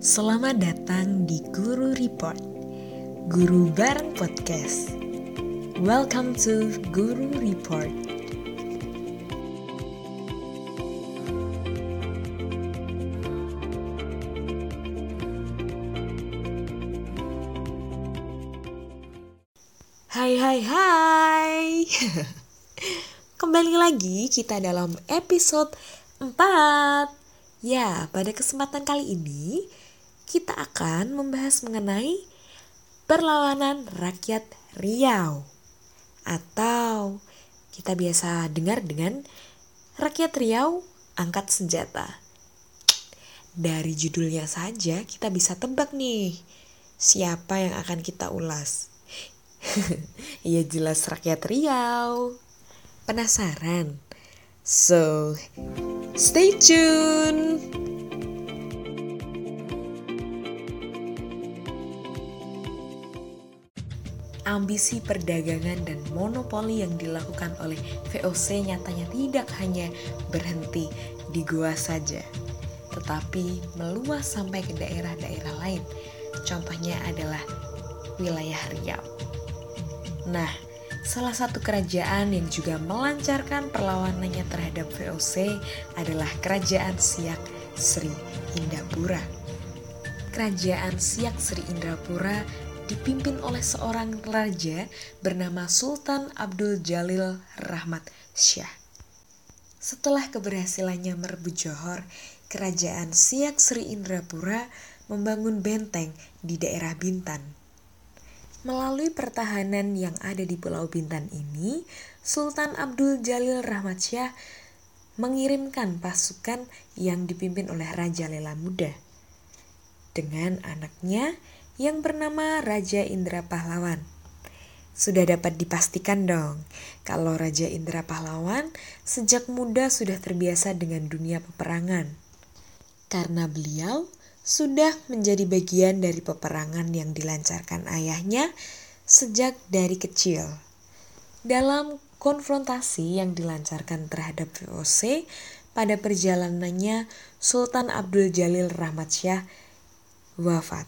Selamat datang di Guru Report, Guru Bareng Podcast. Welcome to Guru Report. Hai. Kembali lagi kita dalam episode 4. Ya, pada kesempatan kali ini kita akan membahas mengenai perlawanan rakyat Riau, atau kita biasa dengar dengan rakyat Riau angkat senjata. Dari judulnya saja kita bisa tebak nih siapa yang akan kita ulas. Ya jelas rakyat Riau. Penasaran? So, stay tune. Ambisi perdagangan dan monopoli yang dilakukan oleh VOC nyatanya tidak hanya berhenti di Goa saja, tetapi meluas sampai ke daerah-daerah lain. Contohnya adalah wilayah Riau. Nah, salah satu kerajaan yang juga melancarkan perlawanannya terhadap VOC adalah Kerajaan Siak Sri Indrapura. Kerajaan Siak Sri Indrapura dipimpin oleh seorang raja bernama Sultan Abdul Jalil Rahmat Syah. Setelah keberhasilannya merebut Johor, Kerajaan Siak Sri Indrapura membangun benteng di daerah Bintan. Melalui pertahanan yang ada di Pulau Bintan ini, Sultan Abdul Jalil Rahmat Syah mengirimkan pasukan yang dipimpin oleh Raja Lela Muda dengan anaknya yang bernama Raja Indra Pahlawan. Sudah dapat dipastikan dong kalau Raja Indra Pahlawan sejak muda sudah terbiasa dengan dunia peperangan. Karena beliau sudah menjadi bagian dari peperangan yang dilancarkan ayahnya sejak dari kecil. Dalam konfrontasi yang dilancarkan terhadap VOC, pada perjalanannya Sultan Abdul Jalil Rahmat Syah wafat.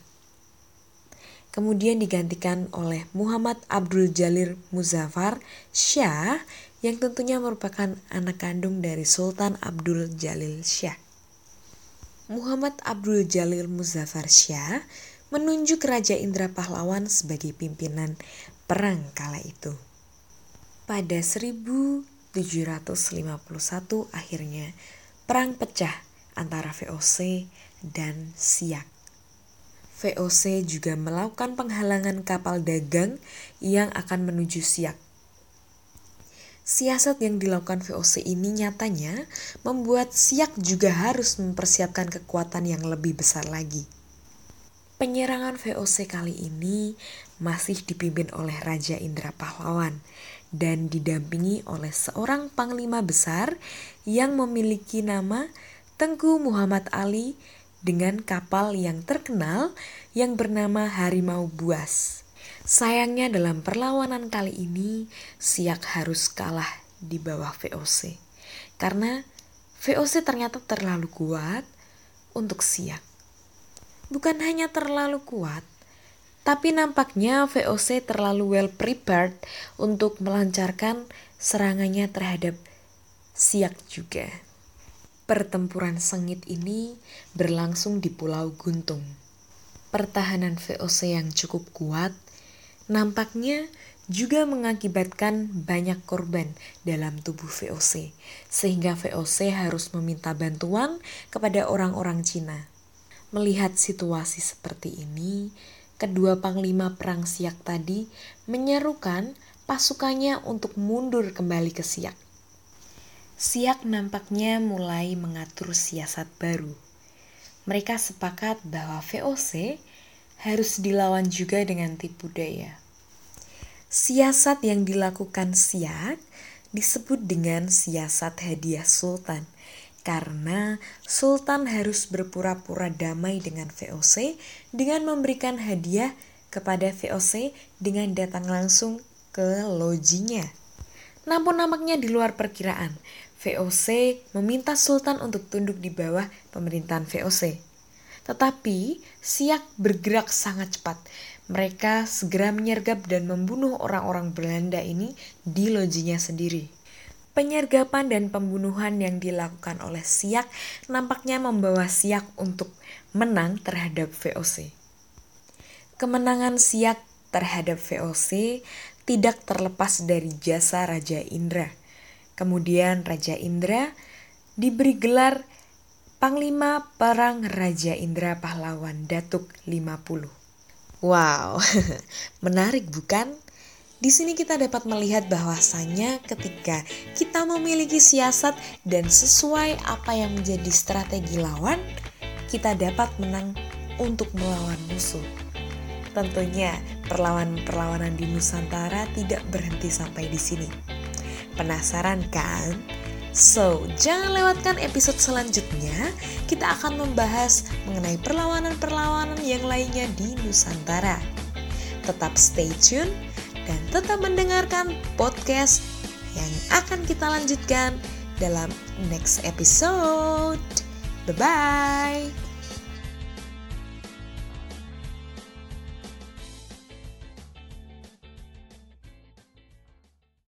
Kemudian digantikan oleh Muhammad Abdul Jalil Muzaffar Syah yang tentunya merupakan anak kandung dari Sultan Abdul Jalil Syah. Muhammad Abdul Jalil Muzaffar Syah menunjuk Raja Indra Pahlawan sebagai pimpinan perang kala itu. Pada 1751 akhirnya perang pecah antara VOC dan Siak. VOC juga melakukan penghalangan kapal dagang yang akan menuju Siak. Siasat yang dilakukan VOC ini nyatanya membuat Siak juga harus mempersiapkan kekuatan yang lebih besar lagi. Penyerangan VOC kali ini masih dipimpin oleh Raja Indra Pahlawan dan didampingi oleh seorang panglima besar yang memiliki nama Tengku Muhammad Ali dengan kapal yang terkenal yang bernama Harimau Buas. Sayangnya dalam perlawanan kali ini Siak harus kalah di bawah VOC karena VOC ternyata terlalu kuat untuk Siak. Bukan hanya terlalu kuat, tapi nampaknya VOC terlalu well prepared untuk melancarkan serangannya terhadap Siak juga. Pertempuran sengit ini berlangsung di Pulau Guntung. Pertahanan VOC yang cukup kuat nampaknya juga mengakibatkan banyak korban dalam tubuh VOC, sehingga VOC harus meminta bantuan kepada orang-orang Cina. Melihat situasi seperti ini, kedua panglima perang Siak tadi menyerukan pasukannya untuk mundur kembali ke Siak. Siak nampaknya mulai mengatur siasat baru. Mereka sepakat bahwa VOC harus dilawan juga dengan tipu daya. Siasat yang dilakukan Siak disebut dengan siasat hadiah Sultan, karena Sultan harus berpura-pura damai dengan VOC dengan memberikan hadiah kepada VOC dengan datang langsung ke lojinya. Namun nampaknya di luar perkiraan, VOC meminta Sultan untuk tunduk di bawah pemerintahan VOC. Tetapi Siak bergerak sangat cepat. Mereka segera menyergap dan membunuh orang-orang Belanda ini di lojinya sendiri. Penyergapan dan pembunuhan yang dilakukan oleh Siak nampaknya membawa Siak untuk menang terhadap VOC. Kemenangan Siak terhadap VOC tidak terlepas dari jasa Raja Indra. Kemudian Raja Indra diberi gelar Panglima Perang Raja Indra Pahlawan Datuk 50. Wow, menarik bukan? Di sini kita dapat melihat bahwasannya ketika kita memiliki siasat dan sesuai apa yang menjadi strategi lawan, kita dapat menang untuk melawan musuh. Tentunya perlawanan di Nusantara tidak berhenti sampai di sini. Penasaran kan? So, jangan lewatkan episode selanjutnya. Kita akan membahas mengenai perlawanan-perlawanan yang lainnya di Nusantara. Tetap stay tune dan tetap mendengarkan podcast yang akan kita lanjutkan dalam next episode. Bye-bye.